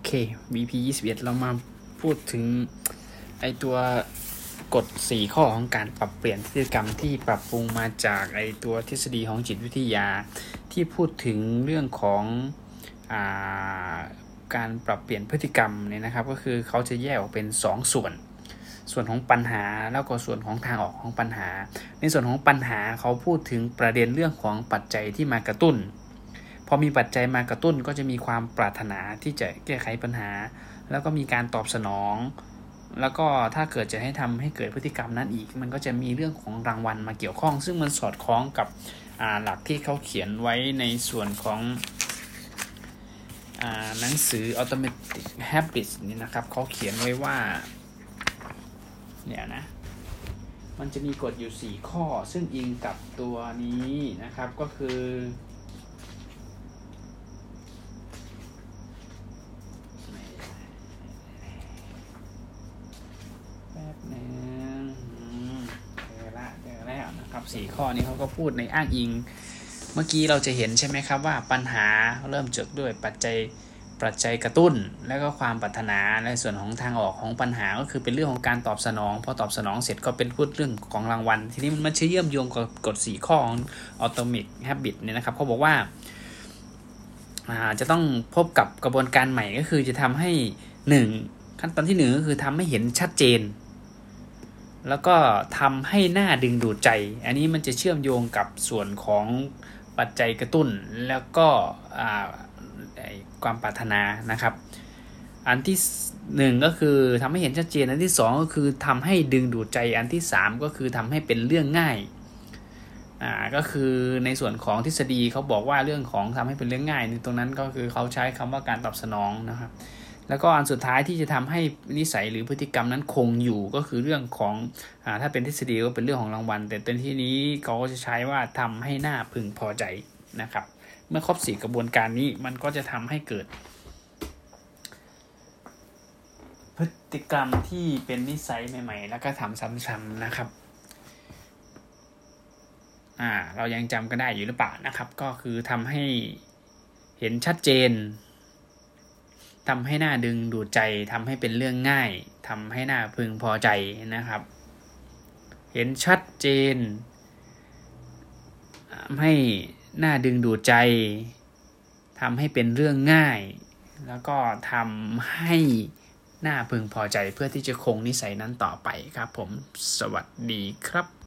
เค VP 21เรามาพูดถึงไอตัวกฎ4ข้อของการปรับเปลี่ยนพฤติกรรมที่ปรับปรุงมาจากไอตัวทฤษฎีของจิตวิทยาที่พูดถึงเรื่องของการปรับเปลี่ยนพฤติกรรมเนี่ยนะครับก็คือเขาจะแยกออกเป็น2ส่วนของปัญหาแล้วก็ส่วนของทางออกของปัญหาในส่วนของปัญหาเขาพูดถึงประเด็นเรื่องของปัจจัยที่มากระตุ้นพอมีปัจจัยมากระตุ้นก็จะมีความปรารถนาที่จะแก้ไขปัญหาแล้วก็มีการตอบสนองแล้วก็ถ้าเกิดจะให้ทำให้เกิดพฤติกรรมนั้นอีกมันก็จะมีเรื่องของรางวัลมาเกี่ยวข้องซึ่งมันสอดคล้องกับหลักที่เขาเขียนไว้ในส่วนของหนังสือ Automatic Habits นี่นะครับเขาเขียนไว้ว่าเนี่ยนะมันจะมีกฎอยู่4ข้อซึ่งอิงกับตัวนี้นะครับก็คือแป๊บนึงเจอแล้วนะครับ4ข้อนี้เขาก็พูดในอ้างอิงเมื่อกี้เราจะเห็นใช่ไหมครับว่าปัญหาเริ่มจากด้วยปัจจัยกระตุ้นแล้วก็ความปรารถนาในส่วนของทางออกของปัญหาก็คือเป็นเรื่องของการตอบสนองพอตอบสนองเสร็จก็เป็นพูดเรื่องของรางวัลทีนี้มันเชื่อมโยงกับกฎ4ข้อของ Atomic Habit เนี่ยนะครับเขาบอกว่าจะต้องพบกับกระบวนการใหม่ก็คือจะทำให้1ขั้นตอนที่1ก็คือทำให้เห็นชัดเจนแล้วก็ทำให้หน้าดึงดูดใจอันนี้มันจะเชื่อมโยงกับส่วนของปัจจัยกระตุ้นแล้วก็ความปรารถนานะครับอันที่1ก็คือทำให้เห็นชัดเจนอันที่2ก็คือทำให้ดึงดูดใจอันที่3ก็คือทำให้เป็นเรื่องง่ายก็คือในส่วนของทฤษฎีเขาบอกว่าเรื่องของทำให้เป็นเรื่องง่ายในตรงนั้นก็คือเขาใช้คำว่าการตอบสนองนะครับแล้วก็อันสุดท้ายที่จะทำให้นิสัยหรือพฤติกรรมนั้นคงอยู่ก็คือเรื่องของถ้าเป็นทฤษฎีก็เป็นเรื่องของรางวัลแต่ในที่นี้เขาก็จะใช้ว่าทำให้หน้าพึงพอใจนะครับเมื่อครบ4กระบวนการนี้มันก็จะทำให้เกิดพฤติกรรมที่เป็นนิสัยใหม่ๆแล้วก็ทำซ้ำๆนะครับเรายังจำกันได้อยู่หรือเปล่านะครับก็คือทำให้เห็นชัดเจนทำให้หน้าดึงดูดใจทำให้เป็นเรื่องง่ายทำให้หน้าพึงพอใจนะครับเห็นชัดเจนให้หน้าดึงดูดใจทำให้เป็นเรื่องง่ายแล้วก็ทำให้หน้าพึงพอใจเพื่อที่จะคงนิสัยนั้นต่อไปครับผมสวัสดีครับ